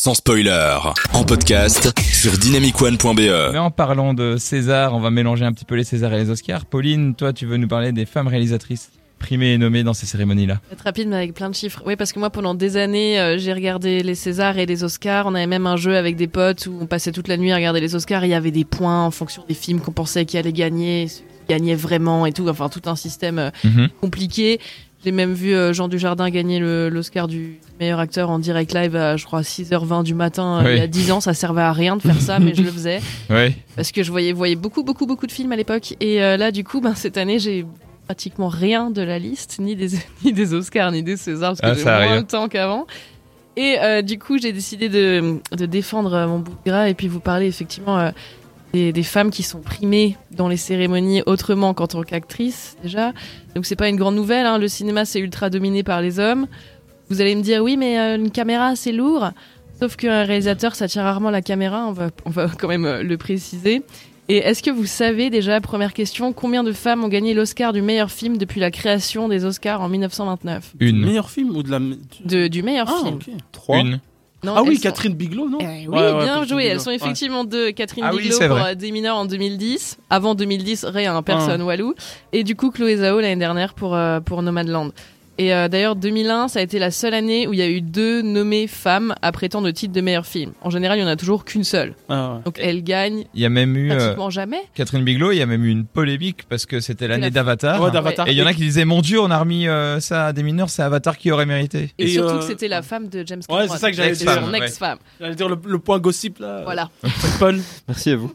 sans spoiler, en podcast sur dynamicone.be. Mais en parlant de César, on va mélanger un petit peu les Césars et les Oscars. Pauline, toi, tu veux nous parler des femmes réalisatrices primées et nommées dans ces cérémonies-là? Être rapide mais avec plein de chiffres. Oui, parce que moi pendant des années j'ai regardé les Césars et les Oscars. On avait même un jeu avec des potes où on passait toute la nuit à regarder les Oscars. Il y avait des points en fonction des films qu'on pensait qui allaient gagner, ceux qui gagnaient vraiment et tout. Enfin tout un système compliqué. J'ai même vu Jean Dujardin gagner l'Oscar du meilleur acteur en direct live à je crois 6h20 du matin il y a 10 ans. Ça servait à rien de faire ça mais je le faisais. Oui. Parce que je voyais beaucoup de films à l'époque. Et là du coup cette année j'ai pratiquement rien de la liste, ni des Oscars, ni des Césars, parce que j'ai moins de temps qu'avant. Et du coup, j'ai décidé de défendre mon bout de gras et puis vous parler effectivement des femmes qui sont primées dans les cérémonies autrement qu'en tant qu'actrices, déjà. Donc c'est pas une grande nouvelle, hein. Le cinéma, c'est ultra dominé par les hommes. Vous allez me dire, oui, mais une caméra, c'est lourd. Sauf qu'un réalisateur, ça tient rarement la caméra, on va quand même le préciser. Et est-ce que vous savez déjà, première question, combien de femmes ont gagné l'Oscar du meilleur film depuis la création des Oscars en 1929 ? Une. Du meilleur film ou de la... Du meilleur film. Okay. 3. Une. Non, Catherine Bigelow, non oui, bien joué. Elles sont effectivement deux. Catherine Bigelow pour Des mineurs en 2010. Avant 2010, rien, personne, Walou. Et du coup, Chloé Zhao l'année dernière pour Nomadland. Et d'ailleurs, 2001, ça a été la seule année où il y a eu 2 nommées femmes après tant de titres de meilleur film. En général, il n'y en a toujours qu'une seule. Donc elle gagne. Il y a même eu pratiquement jamais. Catherine Bigelow, il y a même eu une polémique parce que c'était l'année d'Avatar. Ouais, d'Avatar. Et il y en a qui disaient, mon Dieu, on a remis ça à des mineurs, c'est Avatar qui aurait mérité. Et surtout que c'était la femme de James Cameron. Ouais, c'est ça que j'allais dire. Son ex-femme. J'allais dire le point gossip là. Voilà. Paul. Merci à vous.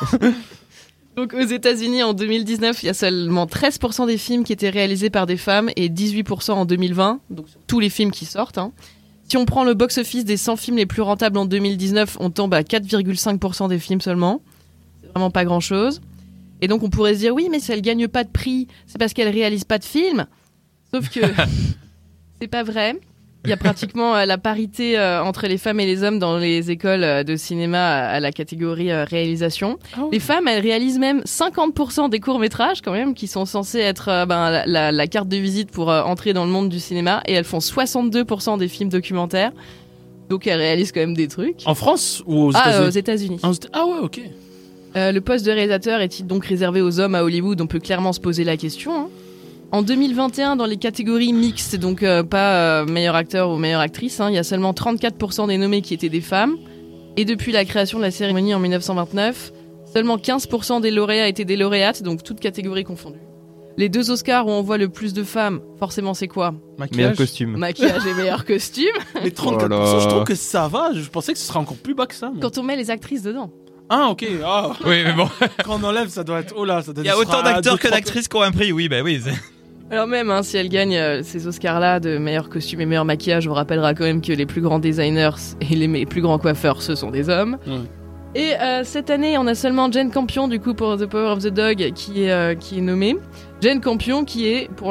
Donc aux États-Unis en 2019, il y a seulement 13% des films qui étaient réalisés par des femmes et 18% en 2020, donc sur tous les films qui sortent. Hein. Si on prend le box-office des 100 films les plus rentables en 2019, on tombe à 4,5% des films seulement. C'est vraiment pas grand-chose. Et donc on pourrait se dire, oui, mais si elles gagnent pas de prix, c'est parce qu'elles réalisent pas de films. Sauf que c'est pas vrai. Il y a pratiquement la parité entre les femmes et les hommes dans les écoles de cinéma à la catégorie réalisation. Oh. Les femmes, elles réalisent même 50% des courts-métrages quand même, qui sont censés être la carte de visite pour entrer dans le monde du cinéma, et elles font 62% des films documentaires. Donc elles réalisent quand même des trucs. En France ou aux États-Unis? Aux États-Unis. Ah ouais, ok. Le poste de réalisateur est-il donc réservé aux hommes à Hollywood? On peut clairement se poser la question, hein. En 2021, dans les catégories mixtes, donc pas meilleur acteur ou meilleure actrice, il y a seulement 34% des nommés qui étaient des femmes. Et depuis la création de la cérémonie en 1929, seulement 15% des lauréats étaient des lauréates, donc toutes catégories confondues. Les 2 Oscars où on voit le plus de femmes, forcément c'est quoi? Meilleur costume. Maquillage et meilleur costume. Mais 34%, je trouve que ça va. Je pensais que ce serait encore plus bas que ça. Quand on met les actrices dedans. Ah, ok. Ah. Oui, mais bon. Quand on enlève, ça doit être... Oh là, ça doit être... Il y a autant d'acteurs que d'actrices qui ont un prix, oui, bah oui. Alors même si elle gagne ces Oscars-là de meilleur costume et meilleur maquillage, on rappellera quand même que les plus grands designers et les plus grands coiffeurs, ce sont des hommes. Et cette année, on a seulement Jane Campion du coup pour The Power of the Dog qui est nommée. Jane Campion qui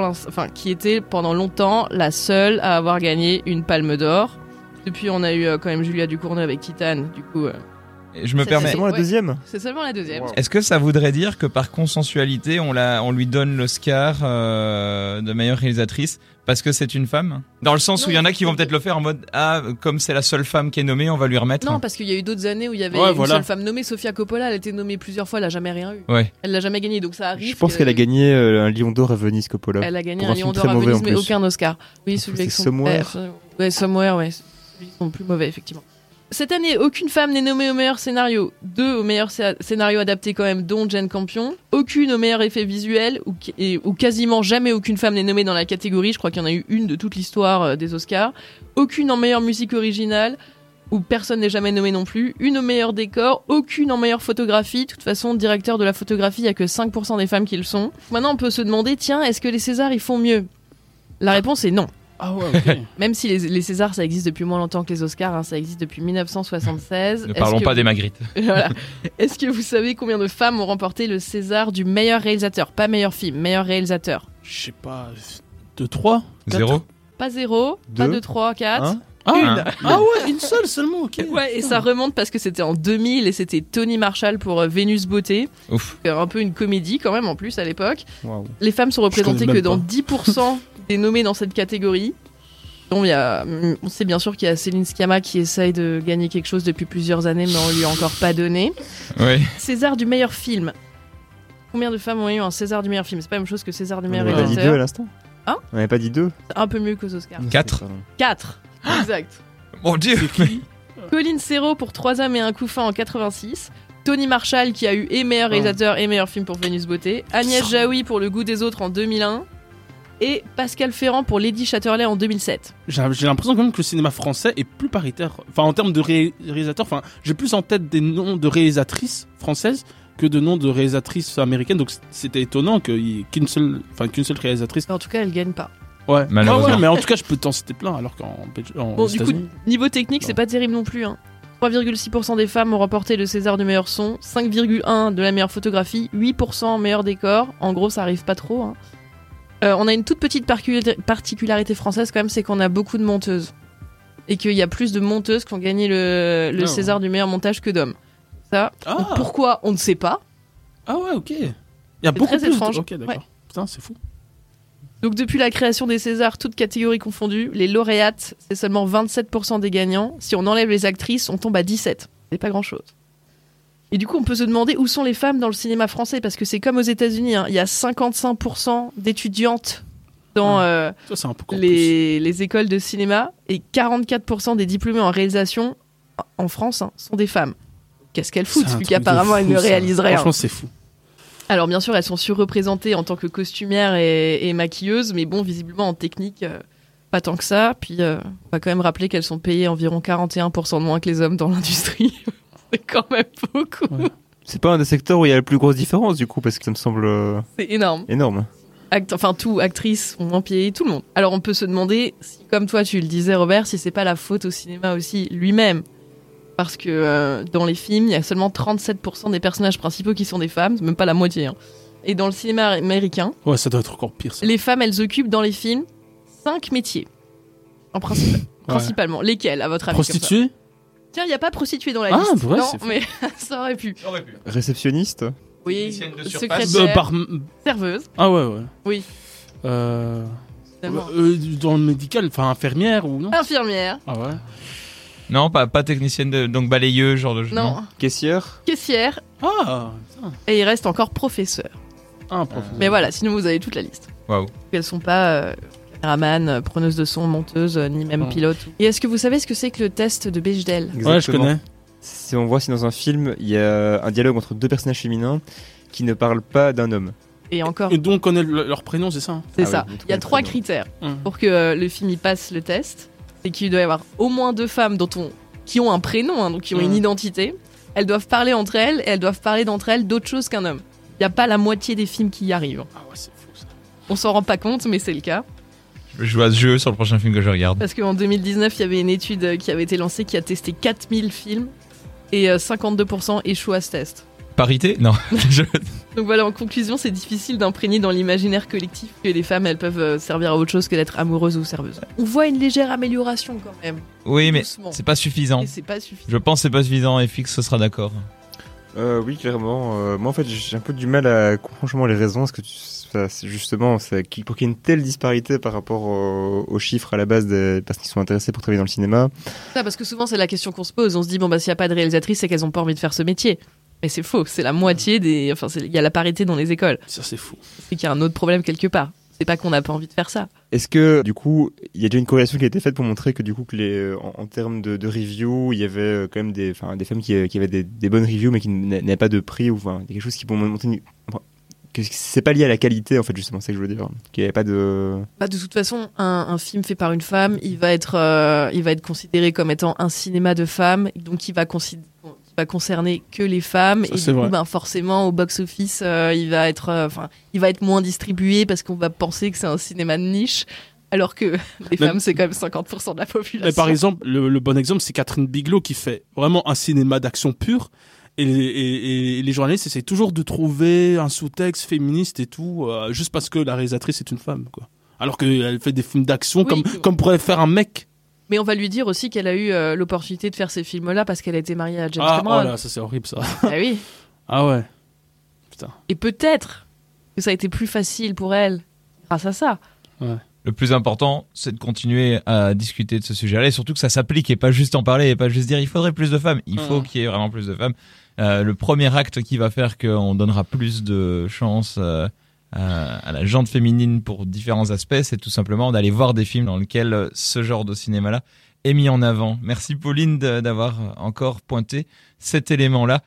était pendant longtemps la seule à avoir gagné une Palme d'Or. Depuis, on a eu quand même Julia Ducournau avec Titane, du coup. Je me permets. C'est seulement la deuxième. C'est seulement la deuxième. Wow. Est-ce que ça voudrait dire que par consensualité, on lui donne l'Oscar de meilleure réalisatrice parce que c'est une femme? Dans le sens où il y en a qui vont peut-être le faire en mode comme c'est la seule femme qui est nommée, on va lui remettre. Non, parce qu'il y a eu d'autres années où il y avait une seule femme nommée, Sofia Coppola, elle a été nommée plusieurs fois, elle a jamais rien eu. Ouais. Elle l'a jamais gagné, donc ça arrive. Je pense qu'elle a gagné un Lion d'Or à Venise, Coppola. Elle a gagné un Lion d'Or à Venise, mais aucun Oscar. Oui, celui avec son Somewhere. Somewhere, ouais. Ils sont plus mauvais, effectivement. Cette année, aucune femme n'est nommée au meilleur scénario. 2 au meilleur scénario adapté quand même, dont Jane Campion. Aucune au meilleur effet visuel, ou quasiment jamais aucune femme n'est nommée dans la catégorie. Je crois qu'il y en a eu une de toute l'histoire des Oscars. Aucune en meilleure musique originale, où personne n'est jamais nommé non plus. Une au meilleur décor, aucune en meilleure photographie. De toute façon, directeur de la photographie, il n'y a que 5% des femmes qui le sont. Maintenant, on peut se demander, tiens, est-ce que les Césars, ils font mieux? La réponse est non. Ah ouais, ok. Même si les Césars, ça existe depuis moins longtemps que les Oscars, ça existe depuis 1976. Ne parlons pas des Magritte. Voilà. Est-ce que vous savez combien de femmes ont remporté le César du meilleur réalisateur? Pas meilleur film, meilleur réalisateur. Je sais pas, 2, 3 0. Pas 0, pas 2, 3, 4. Ah ouais, une seule seulement, ok. Ouais, et ça remonte parce que c'était en 2000 et c'était Tony Marshall pour Vénus Beauté. Ouf. Un peu une comédie quand même en plus à l'époque. Wow. Les femmes sont représentées que dans 10% des nommés dans cette catégorie. On sait bien sûr qu'il y a Céline Sciamma qui essaye de gagner quelque chose depuis plusieurs années, mais on lui a encore pas donné. Oui. César du meilleur film. Combien de femmes ont eu un César du meilleur film? C'est pas la même chose que César du meilleur On avait dit 2 à réalisateur. l'instant. Hein? On n'avait pas dit 2. Un peu mieux qu'aux Oscars. 4. 4. Exact. Mon Dieu. Colin Serrault pour 3 hommes et un couffin en 86. Tony Marshall qui a eu et meilleur réalisateur et meilleur film pour Vénus Beauté. Agnès Jaoui pour Le goût des autres en 2001. Et Pascal Ferrand pour Lady Chatterley en 2007. J'ai l'impression quand même que le cinéma français est plus paritaire. Enfin, en termes de réalisateurs, enfin, j'ai plus en tête des noms de réalisatrices françaises que de noms de réalisatrices américaines. Donc c'était étonnant qu'il y ait qu'une seule réalisatrice. En tout cas, elle gagne pas. Ouais. Malheureusement. Ouais, mais en tout cas, je peux t'en citer plein, alors Bon, du coup, niveau technique, c'est Non. pas terrible non plus. 3,6% des femmes ont remporté le César du meilleur son, 5,1% de la meilleure photographie, 8% meilleur décor. En gros, ça arrive pas trop. On a une toute petite particularité française quand même, c'est qu'on a beaucoup de monteuses. Et qu'il y a plus de monteuses qui ont gagné le César du meilleur montage que d'hommes. Ça, donc pourquoi on ne sait pas. Ah ouais, ok. Il y a beaucoup très plus étrange. Ok, d'accord. Ouais. Putain, c'est fou. Donc depuis la création des Césars, toutes catégories confondues, les lauréates, c'est seulement 27% des gagnants. Si on enlève les actrices, on tombe à 17%. C'est pas grand-chose. Et du coup, on peut se demander où sont les femmes dans le cinéma français, parce que c'est comme aux États-Unis, il y a 55% d'étudiantes dans Ça, c'est un peu plus. les écoles de cinéma et 44% des diplômés en réalisation en France sont des femmes. Qu'est-ce qu'elles foutent, C'est un vu truc qu'apparemment de elles fou, ne ça. réalisent rien. Franchement, c'est fou. Alors bien sûr, elles sont surreprésentées en tant que costumières et maquilleuses, mais bon, visiblement en technique, pas tant que ça. Puis on va quand même rappeler qu'elles sont payées environ 41% de moins que les hommes dans l'industrie. C'est quand même beaucoup. Ouais. C'est pas un des secteurs où il y a la plus grosse différence du coup, parce que ça me semble C'est énorme. énorme. Actrices sont moins payées, tout le monde. Alors on peut se demander, si, comme toi tu le disais Robert, si c'est pas la faute au cinéma aussi lui-même. Parce que dans les films, il y a seulement 37% des personnages principaux qui sont des femmes, c'est même pas la moitié. Et dans le cinéma américain, Ouais, ça doit être encore pire, ça. les femmes, elles occupent dans les films 5 métiers. En principe, principalement. Lesquels, à votre avis? Prostituée? Tiens, il n'y a pas prostituée dans la Ah, liste. ouais, non, c'est fou. mais ça aurait pu. Réceptionniste. Oui, Technicienne de surface. secrétaire, serveuse. Ah ouais, ouais. Oui. Finalement. Dans le médical, enfin infirmière ou non? Infirmière. Ah ouais. Non, pas technicienne, donc balayeuse, genre de... Non. Caissière. Caissière. Ah, putain. Et il reste encore professeur. Ah, professeur. Mais voilà, sinon vous avez toute la liste. Waouh. Elles sont pas caméraman, preneuse de son, monteuse, ni même Ah. pilote. Et est-ce que vous savez ce que c'est que le test de Bechdel? Ouais, je connais. Si on voit si dans un film, il y a un dialogue entre deux personnages féminins qui ne parlent pas d'un homme. Et encore, Et donc, on connaît leur prénom, c'est ça hein? c'est Ah ça. oui, Il y a on 3 connaît. critères Hum. pour que le film y passe le test. C'est qu'il doit y avoir au moins 2 femmes qui ont un prénom, donc qui ont une identité. Elles doivent parler entre elles et elles doivent parler d'entre elles d'autre chose qu'un homme. Il n'y a pas la moitié des films qui y arrivent. Ah ouais, c'est fou ça. On s'en rend pas compte, mais c'est le cas. Je joue à ce jeu sur le prochain film que je regarde. Parce qu'en 2019, il y avait une étude qui avait été lancée qui a testé 4000 films et 52% échouent à ce test. Parité? Non. Donc voilà, en conclusion, c'est difficile d'imprégner dans l'imaginaire collectif que les femmes, elles peuvent servir à autre chose que d'être amoureuses ou serveuses. On voit une légère amélioration quand même. Oui, mais Doucement. c'est pas suffisant. Et c'est pas suffisant. Je pense que c'est pas suffisant et Fix, ce sera d'accord. Oui, clairement. Moi, en fait, j'ai un peu du mal à comprendre franchement les raisons. Parce que c'est justement, pour qu'il y ait une telle disparité par rapport aux chiffres à la base des personnes qui sont intéressées pour travailler dans le cinéma. Ça, parce que souvent, c'est la question qu'on se pose. On se dit, bon, bah, s'il n'y a pas de réalisatrice, c'est qu'elles n'ont pas envie de faire ce métier. Mais c'est faux. C'est la moitié des. Enfin, il y a la parité dans les écoles. Ça, c'est fou. C'est qu'il y a un autre problème quelque part. C'est pas qu'on n'a pas envie de faire ça. Est-ce que, du coup, il y a déjà une corrélation qui a été faite pour montrer que, du coup, en termes de review, il y avait quand même des femmes qui avaient des bonnes reviews, mais qui n'avaient pas de prix, ou enfin, quelque chose qui pour montrer que c'est pas lié à la qualité, en fait, justement, c'est ce que je veux dire. Qu'il n'y avait pas de. Bah, de toute façon, un film fait par une femme, il va être considéré comme étant un cinéma de femmes, donc il va concerner que les femmes, Ça, et c'est du coup, vrai. ben, forcément, au box-office, il va être moins distribué parce qu'on va penser que c'est un cinéma de niche, alors que les Mais- femmes, c'est quand même 50% de la population. Mais par exemple, le bon exemple, c'est Catherine Bigelow qui fait vraiment un cinéma d'action pure. Et les journalistes essaient toujours de trouver un sous-texte féministe et tout, juste parce que la réalisatrice est une femme, quoi. Alors qu'elle fait des films d'action Oui. comme pourrait faire un mec. Mais on va lui dire aussi qu'elle a eu l'opportunité de faire ces films-là parce qu'elle a été mariée à James Ah, Cameron. oh là, ça c'est horrible ça. Ah oui. Ah ouais. Putain. Et peut-être que ça a été plus facile pour elle grâce à ça. le plus important, c'est de continuer à discuter de ce sujet-là et surtout que ça s'applique et pas juste en parler et pas juste dire il faudrait plus de femmes. Il faut qu'il y ait vraiment plus de femmes. Le premier acte qui va faire qu'on donnera plus de chance à la gente féminine pour différents aspects, c'est tout simplement d'aller voir des films dans lesquels ce genre de cinéma-là est mis en avant. Merci Pauline d'avoir encore pointé cet élément-là.